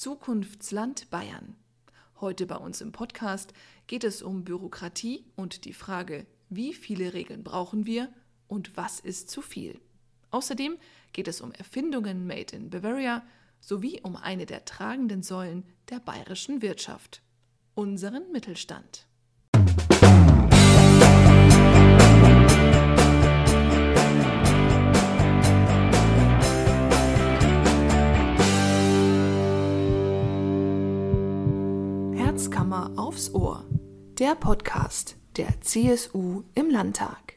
Zukunftsland Bayern. Heute bei uns im Podcast geht es um Bürokratie und die Frage, wie viele Regeln brauchen wir und was ist zu viel. Außerdem geht es um Erfindungen made in Bavaria sowie um eine der tragenden Säulen der bayerischen Wirtschaft, unseren Mittelstand. Herzkammer aufs Ohr, der Podcast der CSU im Landtag.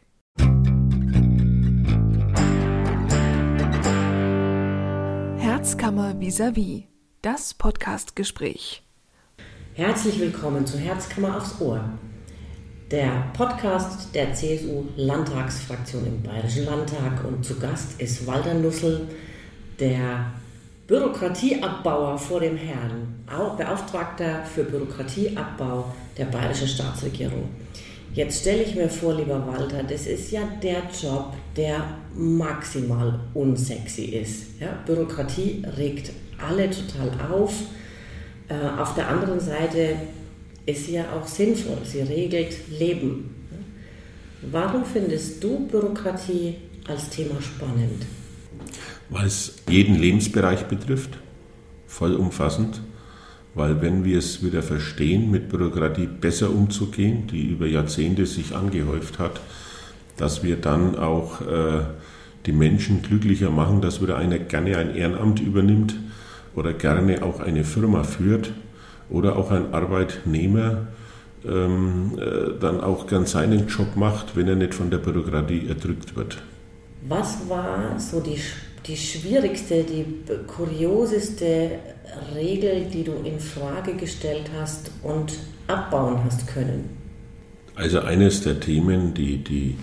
Herzkammer vis-à-vis, das Podcastgespräch. Herzlich willkommen zu Herzkammer aufs Ohr, der Podcast der CSU-Landtagsfraktion im Bayerischen Landtag. Und zu Gast ist Walter Nussel, der Bürokratieabbauer vor dem Herrn, auch Beauftragter für Bürokratieabbau der bayerischen Staatsregierung. Jetzt stelle ich mir vor, lieber Walter, das ist ja der Job, der maximal unsexy ist. Ja? Bürokratie regt alle total auf. Auf der anderen Seite ist sie ja auch sinnvoll, sie regelt Leben. Warum findest du Bürokratie als Thema spannend? Weil es jeden Lebensbereich betrifft, vollumfassend. Weil wenn wir es wieder verstehen, mit Bürokratie besser umzugehen, die über Jahrzehnte sich angehäuft hat, dass wir dann auch die Menschen glücklicher machen, dass wieder einer gerne ein Ehrenamt übernimmt oder gerne auch eine Firma führt oder auch ein Arbeitnehmer dann auch gern seinen Job macht, wenn er nicht von der Bürokratie erdrückt wird. Was war so die schwierigste, die kurioseste Regel, die du in Frage gestellt hast und abbauen hast können? Also eines der Themen, die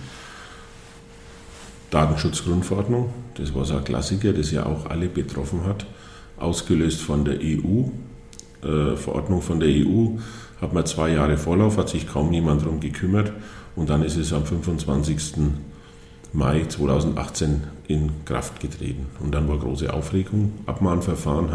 Datenschutzgrundverordnung, das war so ein Klassiker, das ja auch alle betroffen hat, ausgelöst von der EU. Verordnung von der EU hat man 2 Jahre Vorlauf, hat sich kaum jemand darum gekümmert und dann ist es am 25. Mai 2018 in Kraft getreten. Und dann war große Aufregung. Abmahnverfahren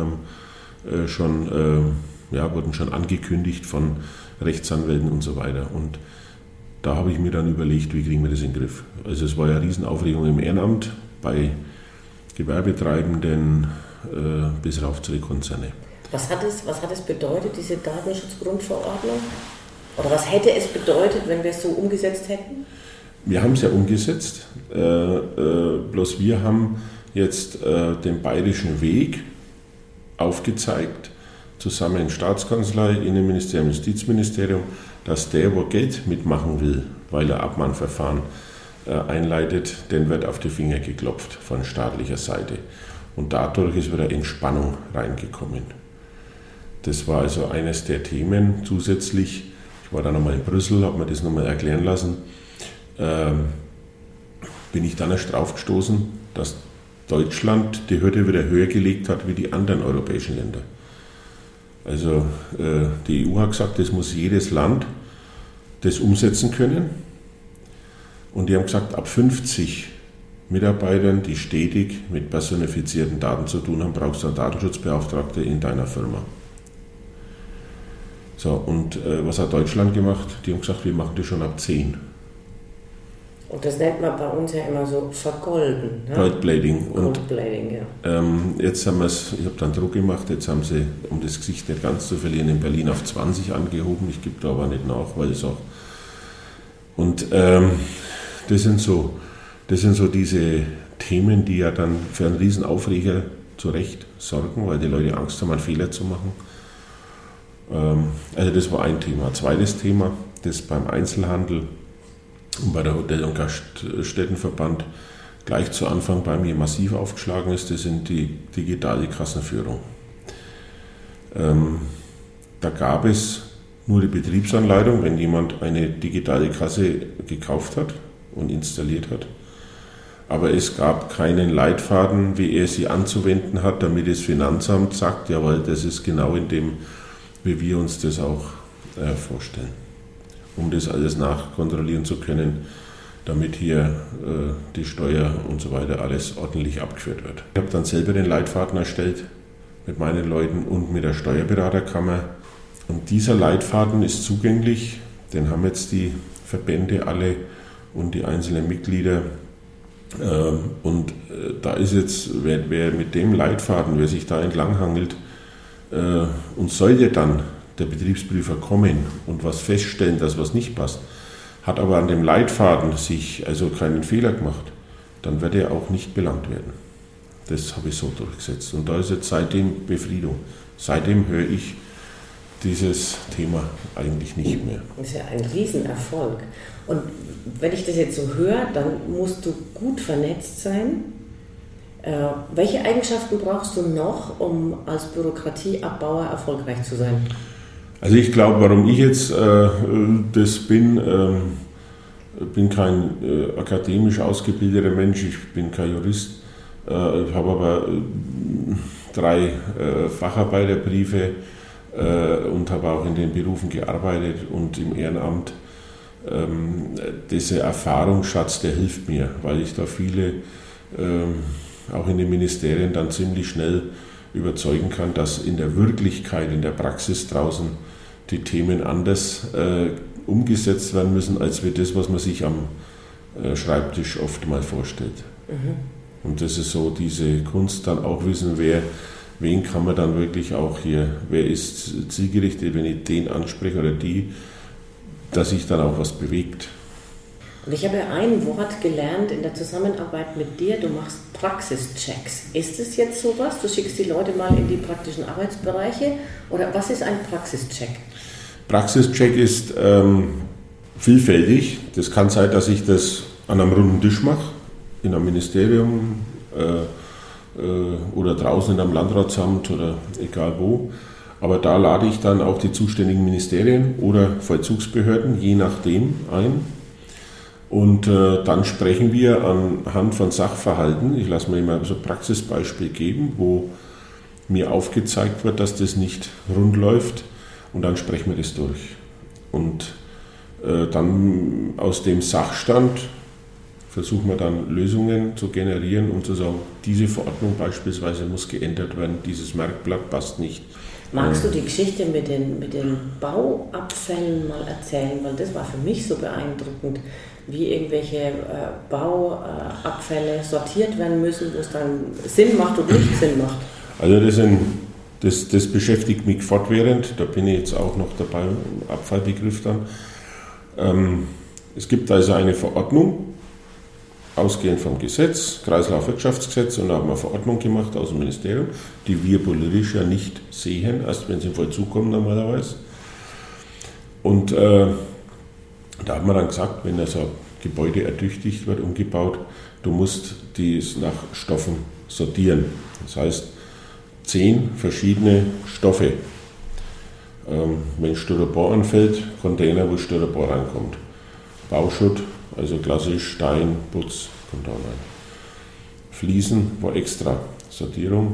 wurden schon angekündigt von Rechtsanwälten und so weiter. Und da habe ich mir dann überlegt, wie kriegen wir das in den Griff. Also es war ja Riesenaufregung im Ehrenamt bei Gewerbetreibenden bis rauf zu den Konzerne. Was hat es bedeutet, diese Datenschutzgrundverordnung? Oder was hätte es bedeutet, wenn wir es so umgesetzt hätten? Wir haben es ja umgesetzt, bloß wir haben jetzt den bayerischen Weg aufgezeigt, zusammen in Staatskanzlei, Innenministerium, Justizministerium, dass der, wo Geld mitmachen will, weil er Abmahnverfahren einleitet, den wird auf die Finger geklopft von staatlicher Seite. Und dadurch ist wieder Entspannung reingekommen. Das war also eines der Themen. Zusätzlich, ich war dann nochmal in Brüssel, habe mir das nochmal erklären lassen, bin ich dann erst drauf gestoßen, dass Deutschland die Hürde wieder höher gelegt hat wie die anderen europäischen Länder. Also die EU hat gesagt, das muss jedes Land das umsetzen können. Und die haben gesagt, ab 50 Mitarbeitern, die stetig mit personifizierten Daten zu tun haben, brauchst du einen Datenschutzbeauftragten in deiner Firma. So, und was hat Deutschland gemacht? Die haben gesagt, wir machen das schon ab 10. Und das nennt man bei uns ja immer so vergolden. Ne? Goldplating. Goldplating, ja. Jetzt haben wir es, ich habe dann Druck gemacht, jetzt haben sie, um das Gesicht nicht ganz zu verlieren, in Berlin auf 20 angehoben. Ich gebe da aber nicht nach, weil es auch... Und das sind so diese Themen, die ja dann für einen riesen Aufreger zu Recht sorgen, weil die Leute Angst haben, einen Fehler zu machen. Also das war ein Thema. Zweites Thema, das beim Einzelhandel und bei der Hotel- und Gaststättenverband gleich zu Anfang bei mir massiv aufgeschlagen ist, das sind die digitale Kassenführung. Da gab es nur die Betriebsanleitung, wenn jemand eine digitale Kasse gekauft hat und installiert hat. Aber es gab keinen Leitfaden, wie er sie anzuwenden hat, damit das Finanzamt sagt, jawohl, das ist genau in dem, wie wir uns das auch vorstellen. Um das alles nachkontrollieren zu können, damit hier die Steuer und so weiter alles ordentlich abgeführt wird. Ich habe dann selber den Leitfaden erstellt mit meinen Leuten und mit der Steuerberaterkammer. Und dieser Leitfaden ist zugänglich, den haben jetzt die Verbände alle und die einzelnen Mitglieder. Und da ist jetzt, wer mit dem Leitfaden, wer sich da entlanghangelt, und sollte dann der Betriebsprüfer kommen und was feststellen, dass was nicht passt, hat aber an dem Leitfaden sich also keinen Fehler gemacht, dann wird er auch nicht belangt werden. Das habe ich so durchgesetzt. Und da ist jetzt seitdem Befriedung. Seitdem höre ich dieses Thema eigentlich nicht mehr. Das ist ja ein Riesenerfolg. Und wenn ich das jetzt so höre, dann musst du gut vernetzt sein. Welche Eigenschaften brauchst du noch, um als Bürokratieabbauer erfolgreich zu sein? Also ich glaube, warum ich jetzt das bin kein akademisch ausgebildeter Mensch, ich bin kein Jurist, ich habe aber 3 Facharbeiterbriefe und habe auch in den Berufen gearbeitet und im Ehrenamt. Dieser Erfahrungsschatz, der hilft mir, weil ich da viele auch in den Ministerien dann ziemlich schnell überzeugen kann, dass in der Wirklichkeit, in der Praxis draußen die Themen anders umgesetzt werden müssen, als wir das, was man sich am Schreibtisch oft mal vorstellt. Mhm. Und das ist so diese Kunst, dann auch wissen, wen kann man dann wirklich auch hier, wer ist zielgerichtet, wenn ich den anspreche oder die, dass sich dann auch was bewegt. Und ich habe ja ein Wort gelernt in der Zusammenarbeit mit dir, du machst Praxischecks. Ist es jetzt sowas? Du schickst die Leute mal in die praktischen Arbeitsbereiche oder was ist ein Praxischeck? Praxischeck ist vielfältig. Das kann sein, dass ich das an einem runden Tisch mache, in einem Ministerium oder draußen in einem Landratsamt oder egal wo. Aber da lade ich dann auch die zuständigen Ministerien oder Vollzugsbehörden, je nachdem, ein. Und dann sprechen wir anhand von Sachverhalten. Ich lasse mir immer so ein Praxisbeispiel geben, wo mir aufgezeigt wird, dass das nicht rund läuft. Und dann sprechen wir das durch. Und dann aus dem Sachstand versuchen wir dann Lösungen zu generieren, um zu sagen, diese Verordnung beispielsweise muss geändert werden, dieses Merkblatt passt nicht. Magst du die Geschichte mit den Bauabfällen mal erzählen? Weil das war für mich so beeindruckend, wie irgendwelche Bauabfälle sortiert werden müssen, wo es dann Sinn macht und nicht Sinn macht. Also das beschäftigt mich fortwährend, da bin ich jetzt auch noch dabei, im Abfallbegriff dann. Es gibt also eine Verordnung, ausgehend vom Gesetz, Kreislaufwirtschaftsgesetz, und da haben wir eine Verordnung gemacht aus dem Ministerium, die wir politisch ja nicht sehen, erst wenn sie im Vollzug kommen normalerweise. Und da hat man dann gesagt, wenn so ein Gebäude ertüchtigt wird, umgebaut, du musst dies nach Stoffen sortieren. Das heißt, 10 verschiedene Stoffe. Wenn Styropor anfällt, Container, wo Styropor reinkommt. Bauschutt, also klassisch Stein, Putz, kommt da rein. Fliesen war extra Sortierung.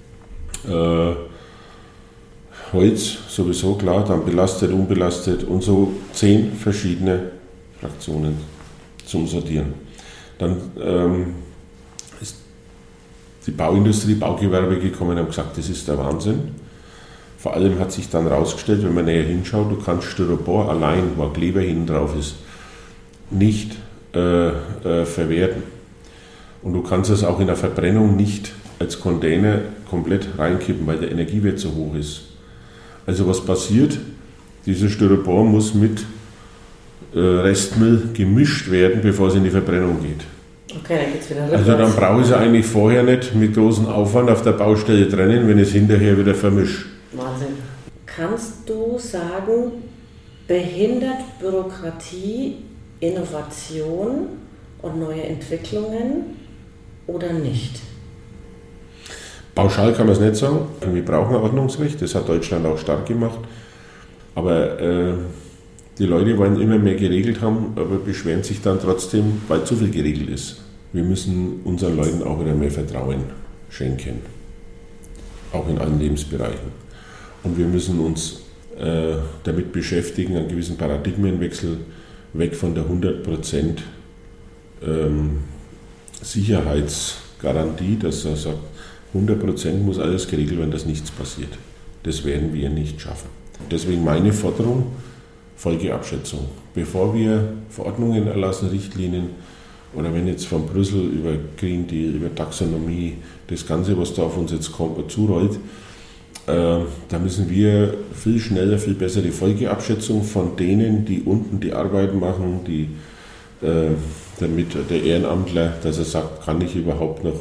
Holz sowieso klar, dann belastet, unbelastet und so 10 verschiedene Fraktionen zum Sortieren. Dann ist die Bauindustrie, Baugewerbe gekommen und haben gesagt, das ist der Wahnsinn. Vor allem hat sich dann herausgestellt, wenn man näher hinschaut, du kannst Styropor allein, wo Kleber hinten drauf ist, nicht verwerten. Und du kannst es auch in der Verbrennung nicht als Container komplett reinkippen, weil der Energiewert so hoch ist. Also was passiert? Dieser Styropor muss mit Restmüll gemischt werden, bevor es in die Verbrennung geht. Okay, dann geht's wieder rückwärts. Also dann brauche ich es eigentlich vorher nicht mit großem Aufwand auf der Baustelle trennen, wenn ich es hinterher wieder vermische. Wahnsinn. Kannst du sagen, behindert Bürokratie Innovation und neue Entwicklungen oder nicht? Pauschal kann man es nicht sagen. Wir brauchen ein Ordnungsrecht, das hat Deutschland auch stark gemacht. Aber die Leute wollen immer mehr geregelt haben, aber beschweren sich dann trotzdem, weil zu viel geregelt ist. Wir müssen unseren Leuten auch wieder mehr Vertrauen schenken, auch in allen Lebensbereichen. Und wir müssen uns damit beschäftigen, einen gewissen Paradigmenwechsel weg von der 100% Sicherheitsgarantie, dass er sagt, 100% muss alles geregelt werden, dass nichts passiert. Das werden wir nicht schaffen. Deswegen meine Forderung, Folgeabschätzung. Bevor wir Verordnungen erlassen, Richtlinien, oder wenn jetzt von Brüssel über Green Deal, über Taxonomie, das Ganze, was da auf uns jetzt kommt, zurollt, da müssen wir viel schneller, viel besser die Folgeabschätzung von denen, die unten die Arbeit machen, damit der Ehrenamtler, dass er sagt, kann ich überhaupt noch...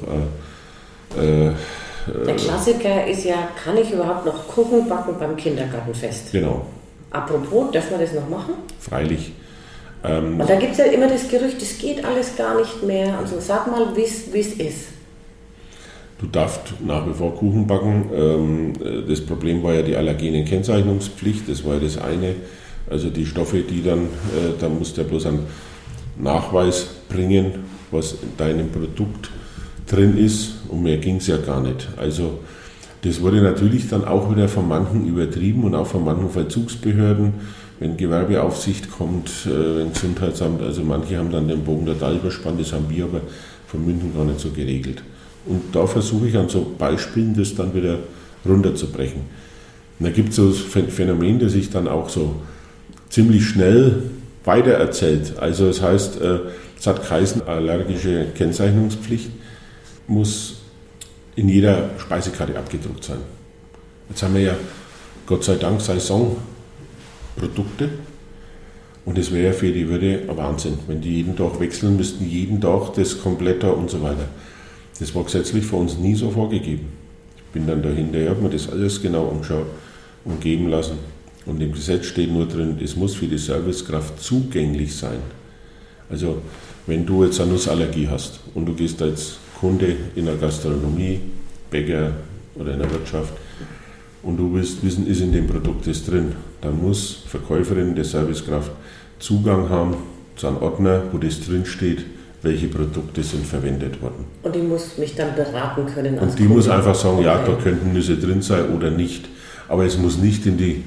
der Klassiker ist ja, kann ich überhaupt noch Kuchen backen beim Kindergartenfest? Genau. Apropos, darf man das noch machen? Freilich. Und da gibt es ja immer das Gerücht, es geht alles gar nicht mehr. Also sag mal, wie es ist. Du darfst nach wie vor Kuchen backen. Das Problem war ja die Allergenen-Kennzeichnungspflicht, das war ja das eine. Also die Stoffe, die dann, da musst du ja bloß einen Nachweis bringen, was in deinem Produkt drin ist, und mehr ging es ja gar nicht. Also das wurde natürlich dann auch wieder von manchen übertrieben und auch von manchen Vollzugsbehörden, wenn Gewerbeaufsicht kommt, wenn Gesundheitsamt, also manche haben dann den Bogen total überspannt, das haben wir aber von München gar nicht so geregelt. Und da versuche ich an so Beispielen das dann wieder runterzubrechen. Und da gibt es so ein Phänomen, das sich dann auch so ziemlich schnell weitererzählt. Also das heißt, es hat geheißen, allergische Kennzeichnungspflicht muss in jeder Speisekarte abgedruckt sein. Jetzt haben wir ja, Gott sei Dank, Saisonprodukte. Und das wäre ja für die Würde ein Wahnsinn, wenn die jeden Tag wechseln müssten, jeden Tag das Kompletter und so weiter. Das war gesetzlich für uns nie so vorgegeben. Ich bin dann dahinter, habe mir das alles genau angeschaut und geben lassen. Und im Gesetz steht nur drin, es muss für die Servicekraft zugänglich sein. Also wenn du jetzt eine Nussallergie hast und du gehst als Kunde in der Gastronomie, Bäcker oder in der Wirtschaft und du willst wissen, ist in dem Produkt das drin, dann muss Verkäuferin der Servicekraft Zugang haben zu einem Ordner, wo das drin steht, welche Produkte sind verwendet worden. Und die muss mich dann beraten können. Und die Kunde muss einfach sagen, ja, da könnten Nüsse drin sein oder nicht. Aber es muss nicht in die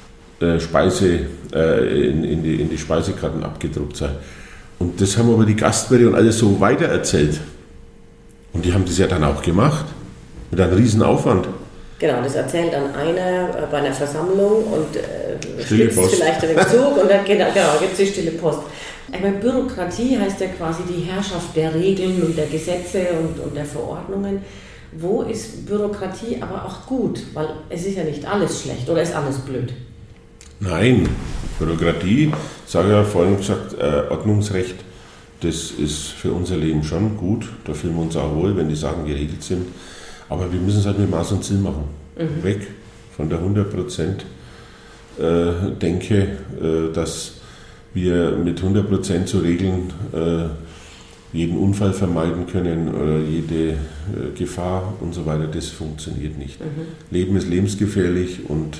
in die Speisekarten abgedruckt sein. Und das haben aber die Gastwirte und alles so weitererzählt. Und die haben das ja dann auch gemacht, mit einem riesen Aufwand. Genau, das erzählt dann einer bei einer Versammlung und stille Post. Vielleicht ein Zug und dann gibt es die stille Post. Aber Bürokratie heißt ja quasi die Herrschaft der Regeln und der Gesetze und der Verordnungen. Wo ist Bürokratie aber auch gut? Weil es ist ja nicht alles schlecht oder ist alles blöd? Nein, Bürokratie, ich sage ja vorhin gesagt, Ordnungsrecht, das ist für unser Leben schon gut. Da fühlen wir uns auch wohl, wenn die Sachen geregelt sind. Aber wir müssen es halt mit Maß und Ziel machen. Weg von der 100% Denke, dass wir mit 100% zu Regeln jeden Unfall vermeiden können oder jede Gefahr und so weiter. Das funktioniert nicht. Leben ist lebensgefährlich und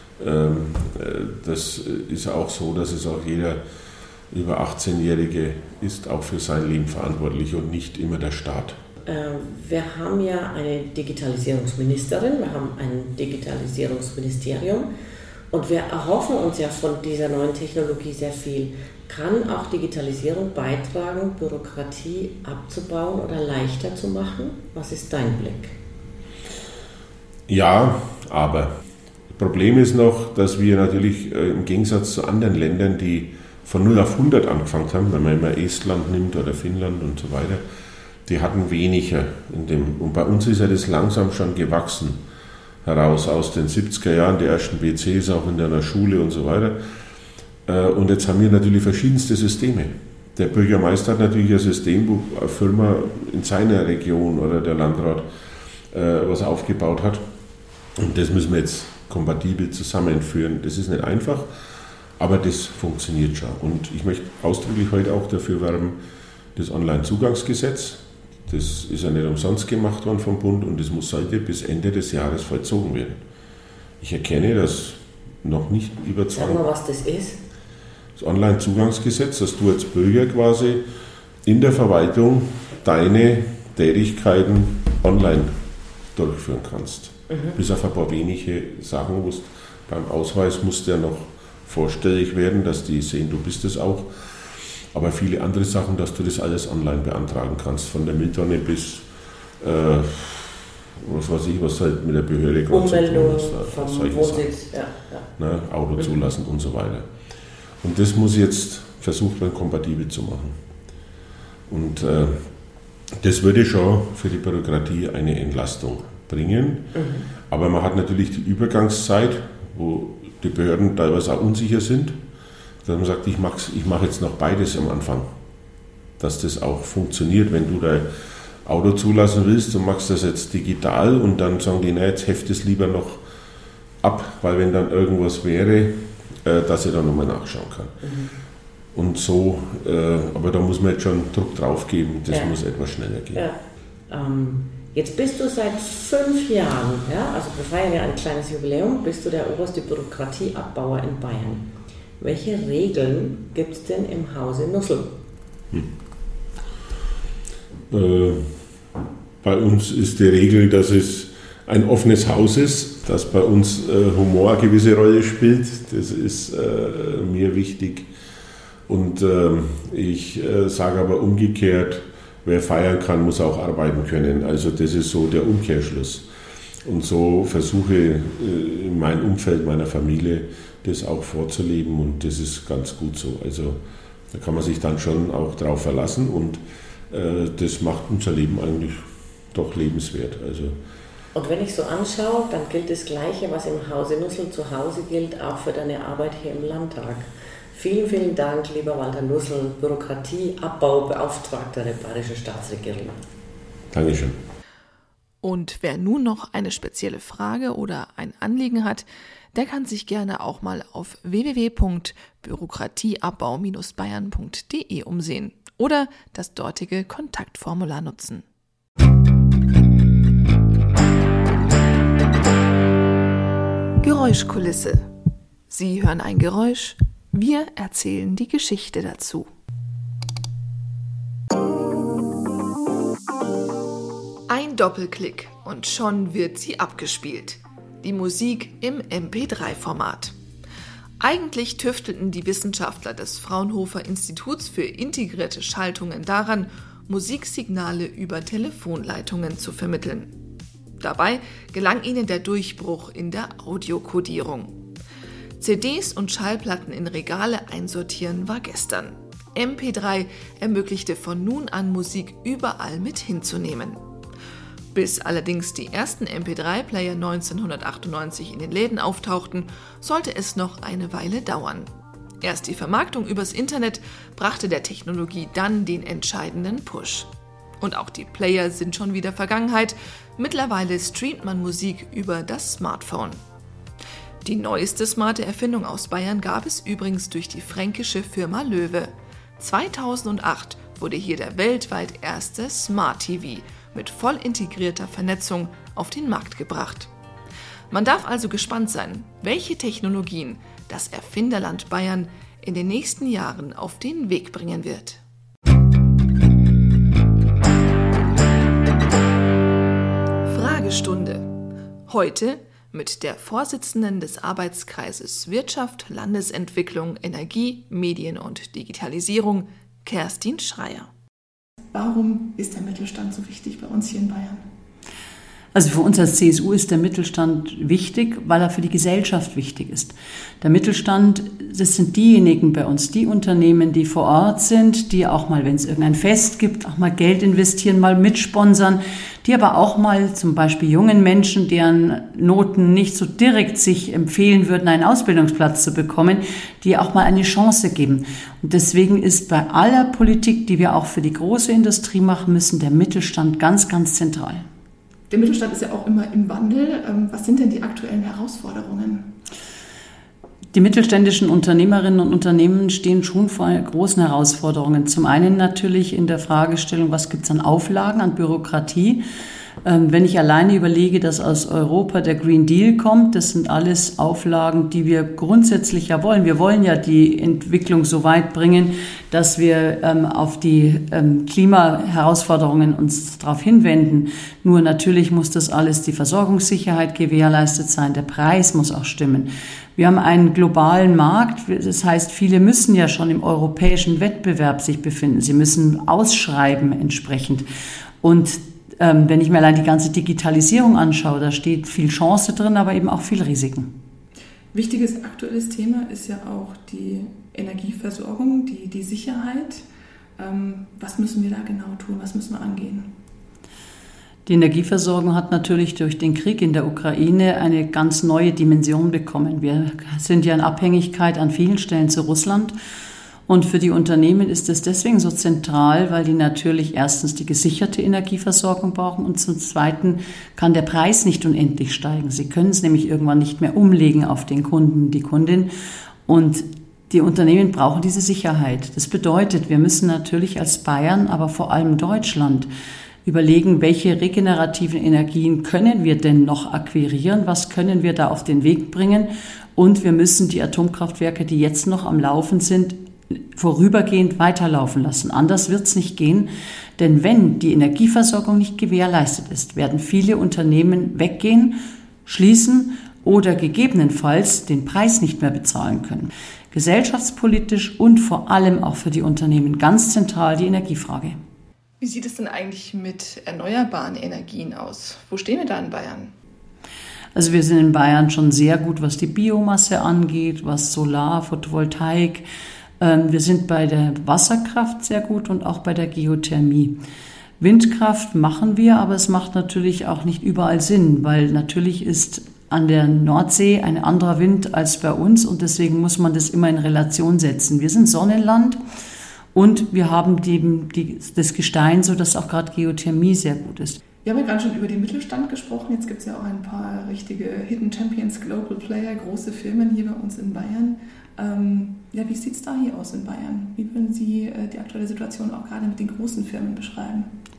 das ist auch so, dass es auch jeder über 18-Jährige ist auch für sein Leben verantwortlich und nicht immer der Staat. Wir haben ja eine Digitalisierungsministerin, wir haben ein Digitalisierungsministerium und wir erhoffen uns ja von dieser neuen Technologie sehr viel. Kann auch Digitalisierung beitragen, Bürokratie abzubauen oder leichter zu machen? Was ist dein Blick? Ja, aber das Problem ist noch, dass wir natürlich im Gegensatz zu anderen Ländern, die von 0 auf 100 angefangen haben, wenn man immer Estland nimmt oder Finnland und so weiter, die hatten weniger. Und bei uns ist ja das langsam schon gewachsen heraus aus den 70er Jahren, die ersten BCs auch in der Schule und so weiter. Und jetzt haben wir natürlich verschiedenste Systeme. Der Bürgermeister hat natürlich ein System, wo eine Firma in seiner Region oder der Landrat was aufgebaut hat. Und das müssen wir jetzt kompatibel zusammenführen. Das ist nicht einfach, aber das funktioniert schon. Und ich möchte ausdrücklich heute auch dafür werben, das Onlinezugangsgesetz, das ist ja nicht umsonst gemacht worden vom Bund und das sollte bis Ende des Jahres vollzogen werden. Ich erkenne das noch nicht überzeugt. Sag mal, was das ist. Das Onlinezugangsgesetz, dass du als Bürger quasi in der Verwaltung deine Tätigkeiten online durchführen kannst. Bis auf ein paar wenige Sachen, beim Ausweis musst du ja noch vorstellig werden, dass die sehen, du bist es auch. Aber viele andere Sachen, dass du das alles online beantragen kannst, von der Mülltonne bis was weiß ich, was halt mit der Behörde gerade zu tun ist. Vom Wohnsitz, Ne, Auto zulassen und so weiter. Und das muss jetzt versucht werden, kompatibel zu machen. Und das würde schon für die Bürokratie eine Entlastung bringen. Aber man hat natürlich die Übergangszeit, wo die Behörden teilweise auch unsicher sind, dass man sagt, ich mache jetzt noch beides am Anfang. Dass das auch funktioniert, wenn du dein Auto zulassen willst und machst das jetzt digital und dann sagen die, na, jetzt heft es lieber noch ab, weil wenn dann irgendwas wäre, dass ich dann nochmal nachschauen kann. Und so, aber da muss man jetzt schon Druck drauf geben, das muss etwas schneller gehen. Ja. Jetzt bist du seit 5 Jahren, also wir feiern ja ein kleines Jubiläum, bist du der oberste Bürokratieabbauer in Bayern. Welche Regeln gibt es denn im Hause Nussel? Bei uns ist die Regel, dass es ein offenes Haus ist, dass bei uns Humor eine gewisse Rolle spielt. Das ist mir wichtig. Und ich sage aber umgekehrt, wer feiern kann, muss auch arbeiten können. Also das ist so der Umkehrschluss. Und so versuche in meinem Umfeld, meiner Familie, das auch vorzuleben und das ist ganz gut so. Also da kann man sich dann schon auch drauf verlassen und das macht unser Leben eigentlich doch lebenswert. Also, und wenn ich so anschaue, dann gilt das Gleiche, was im Hause Nussel zu Hause gilt, auch für deine Arbeit hier im Landtag. Vielen, vielen Dank, lieber Walter Nussel, Bürokratieabbaubeauftragter der Bayerischen Staatsregierung. Dankeschön. Und wer nun noch eine spezielle Frage oder ein Anliegen hat, der kann sich gerne auch mal auf www.bürokratieabbau-bayern.de umsehen oder das dortige Kontaktformular nutzen. Geräuschkulisse. Sie hören ein Geräusch, wir erzählen die Geschichte dazu. Ein Doppelklick und schon wird sie abgespielt. Die Musik im MP3-Format. Eigentlich tüftelten die Wissenschaftler des Fraunhofer Instituts für integrierte Schaltungen daran, Musiksignale über Telefonleitungen zu vermitteln. Dabei gelang ihnen der Durchbruch in der Audiokodierung. CDs und Schallplatten in Regale einsortieren war gestern. MP3 ermöglichte von nun an Musik überall mit hinzunehmen. Bis allerdings die ersten MP3-Player 1998 in den Läden auftauchten, sollte es noch eine Weile dauern. Erst die Vermarktung übers Internet brachte der Technologie dann den entscheidenden Push. Und auch die Player sind schon wieder Vergangenheit. Mittlerweile streamt man Musik über das Smartphone. Die neueste smarte Erfindung aus Bayern gab es übrigens durch die fränkische Firma Löwe. 2008 wurde hier der weltweit erste Smart TV mit voll integrierter Vernetzung auf den Markt gebracht. Man darf also gespannt sein, welche Technologien das Erfinderland Bayern in den nächsten Jahren auf den Weg bringen wird. Fragestunde. Heute mit der Vorsitzenden des Arbeitskreises Wirtschaft, Landesentwicklung, Energie, Medien und Digitalisierung, Kerstin Schreier. Warum ist der Mittelstand so wichtig bei uns hier in Bayern? Also für uns als CSU ist der Mittelstand wichtig, weil er für die Gesellschaft wichtig ist. Der Mittelstand, das sind diejenigen bei uns, die Unternehmen, die vor Ort sind, die auch mal, wenn es irgendein Fest gibt, auch mal Geld investieren, mal mitsponsern, die aber auch mal zum Beispiel jungen Menschen, deren Noten nicht so direkt sich empfehlen würden, einen Ausbildungsplatz zu bekommen, die auch mal eine Chance geben. Und deswegen ist bei aller Politik, die wir auch für die große Industrie machen müssen, der Mittelstand ganz, ganz zentral. Der Mittelstand ist ja auch immer im Wandel. Was sind denn die aktuellen Herausforderungen? Die mittelständischen Unternehmerinnen und Unternehmen stehen schon vor großen Herausforderungen. Zum einen natürlich in der Fragestellung, was gibt es an Auflagen, an Bürokratie? Wenn ich alleine überlege, dass aus Europa der Green Deal kommt, das sind alles Auflagen, die wir grundsätzlich ja wollen. Wir wollen ja die Entwicklung so weit bringen, dass wir auf die Klimaherausforderungen uns darauf hinwenden. Nur natürlich muss das alles, die Versorgungssicherheit gewährleistet sein, der Preis muss auch stimmen. Wir haben einen globalen Markt, das heißt, viele müssen ja schon im europäischen Wettbewerb sich befinden. Sie müssen ausschreiben entsprechend. Und Wenn ich mir allein die ganze Digitalisierung anschaue, da steht viel Chance drin, aber eben auch viel Risiken. Wichtiges aktuelles Thema ist ja auch die Energieversorgung, die Sicherheit. Was müssen wir da genau tun? Was müssen wir angehen? Die Energieversorgung hat natürlich durch den Krieg in der Ukraine eine ganz neue Dimension bekommen. Wir sind ja in Abhängigkeit an vielen Stellen zu Russland. Und für die Unternehmen ist es deswegen so zentral, weil die natürlich erstens die gesicherte Energieversorgung brauchen und zum Zweiten kann der Preis nicht unendlich steigen. Sie können es nämlich irgendwann nicht mehr umlegen auf den Kunden, die Kundin. Und die Unternehmen brauchen diese Sicherheit. Das bedeutet, wir müssen natürlich als Bayern, aber vor allem Deutschland, überlegen, welche regenerativen Energien können wir denn noch akquirieren, was können wir da auf den Weg bringen und wir müssen die Atomkraftwerke, die jetzt noch am Laufen sind, vorübergehend weiterlaufen lassen. Anders wird es nicht gehen, denn wenn die Energieversorgung nicht gewährleistet ist, werden viele Unternehmen weggehen, schließen oder gegebenenfalls den Preis nicht mehr bezahlen können. Gesellschaftspolitisch und vor allem auch für die Unternehmen ganz zentral die Energiefrage. Wie sieht es denn eigentlich mit erneuerbaren Energien aus? Wo stehen wir da in Bayern? Also wir sind in Bayern schon sehr gut, was die Biomasse angeht, was Solar, Photovoltaik. Wir sind bei der Wasserkraft sehr gut und auch bei der Geothermie. Windkraft machen wir, aber es macht natürlich auch nicht überall Sinn, weil natürlich ist an der Nordsee ein anderer Wind als bei uns und deswegen muss man das immer in Relation setzen. Wir sind Sonnenland. Und wir haben das Gestein, sodass auch gerade Geothermie sehr gut ist. Wir haben ja gerade schon über den Mittelstand gesprochen. Jetzt gibt es ja auch ein paar richtige Hidden Champions, Global Player, große Firmen hier bei uns in Bayern. Wie sieht es da hier aus in Bayern? Wie würden Sie die aktuelle Situation auch gerade mit den großen Firmen beschreiben?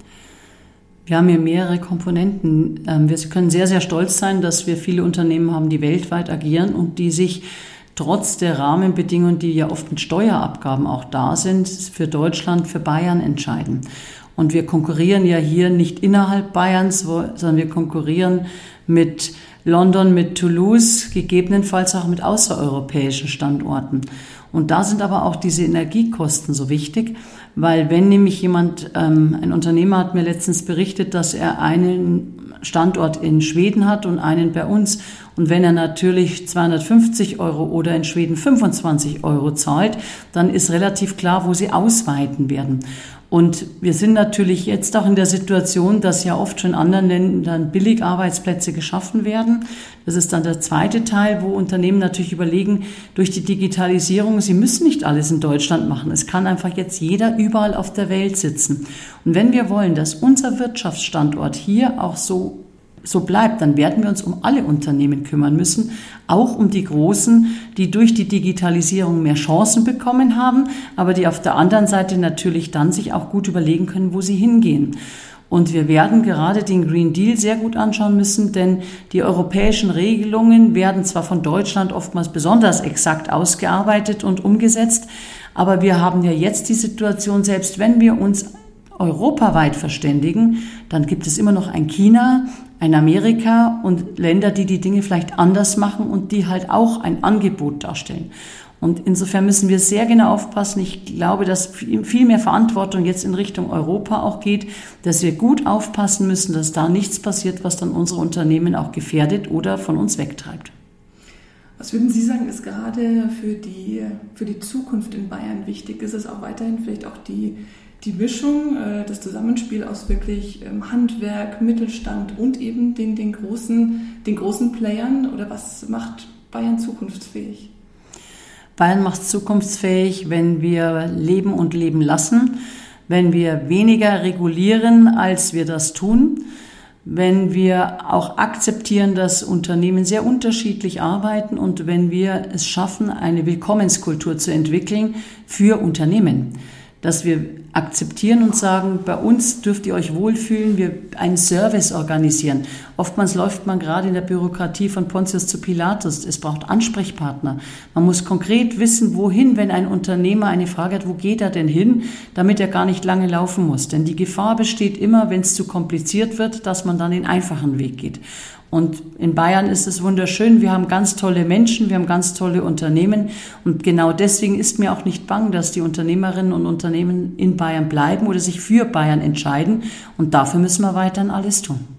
Wir haben hier mehrere Komponenten. Wir können sehr, sehr stolz sein, dass wir viele Unternehmen haben, die weltweit agieren und die sich trotz der Rahmenbedingungen, die ja oft mit Steuerabgaben auch da sind, für Deutschland, für Bayern entscheiden. Und wir konkurrieren ja hier nicht innerhalb Bayerns, sondern wir konkurrieren mit London, mit Toulouse, gegebenenfalls auch mit außereuropäischen Standorten. Und da sind aber auch diese Energiekosten so wichtig, weil wenn nämlich ein Unternehmer hat mir letztens berichtet, dass er einen Standort in Schweden hat und einen bei uns. Und wenn er natürlich 250 € oder in Schweden 25 € zahlt, dann ist relativ klar, wo sie ausweiten werden. Und wir sind natürlich jetzt auch in der Situation, dass ja oft schon in anderen Ländern Billigarbeitsplätze geschaffen werden. Das ist dann der zweite Teil, wo Unternehmen natürlich überlegen, durch die Digitalisierung, sie müssen nicht alles in Deutschland machen. Es kann einfach jetzt jeder überall auf der Welt sitzen. Und wenn wir wollen, dass unser Wirtschaftsstandort hier auch so bleibt, dann werden wir uns um alle Unternehmen kümmern müssen, auch um die Großen, die durch die Digitalisierung mehr Chancen bekommen haben, aber die auf der anderen Seite natürlich dann sich auch gut überlegen können, wo sie hingehen. Und wir werden gerade den Green Deal sehr gut anschauen müssen, denn die europäischen Regelungen werden zwar von Deutschland oftmals besonders exakt ausgearbeitet und umgesetzt, aber wir haben ja jetzt die Situation, selbst wenn wir uns europaweit verständigen, dann gibt es immer noch ein China, ein Amerika und Länder, die die Dinge vielleicht anders machen und die halt auch ein Angebot darstellen. Und insofern müssen wir sehr genau aufpassen. Ich glaube, dass viel mehr Verantwortung jetzt in Richtung Europa auch geht, dass wir gut aufpassen müssen, dass da nichts passiert, was dann unsere Unternehmen auch gefährdet oder von uns wegtreibt. Was würden Sie sagen, ist gerade für die Zukunft in Bayern wichtig? Ist es auch weiterhin vielleicht auch die Mischung, das Zusammenspiel aus wirklich Handwerk, Mittelstand und eben den großen Playern? Oder was macht Bayern zukunftsfähig? Bayern macht es zukunftsfähig, wenn wir leben und leben lassen, wenn wir weniger regulieren, als wir das tun, wenn wir auch akzeptieren, dass Unternehmen sehr unterschiedlich arbeiten und wenn wir es schaffen, eine Willkommenskultur zu entwickeln für Unternehmen. Dass wir akzeptieren und sagen, bei uns dürft ihr euch wohlfühlen, wir einen Service organisieren. Oftmals läuft man gerade in der Bürokratie von Pontius zu Pilatus. Es braucht Ansprechpartner. Man muss konkret wissen, wohin, wenn ein Unternehmer eine Frage hat, wo geht er denn hin, damit er gar nicht lange laufen muss. Denn die Gefahr besteht immer, wenn es zu kompliziert wird, dass man dann den einfachen Weg geht. Und in Bayern ist es wunderschön. Wir haben ganz tolle Menschen, wir haben ganz tolle Unternehmen. Und genau deswegen ist mir auch nicht bang, dass die Unternehmerinnen und Unternehmen in Bayern bleiben oder sich für Bayern entscheiden. Und dafür müssen wir weiterhin alles tun.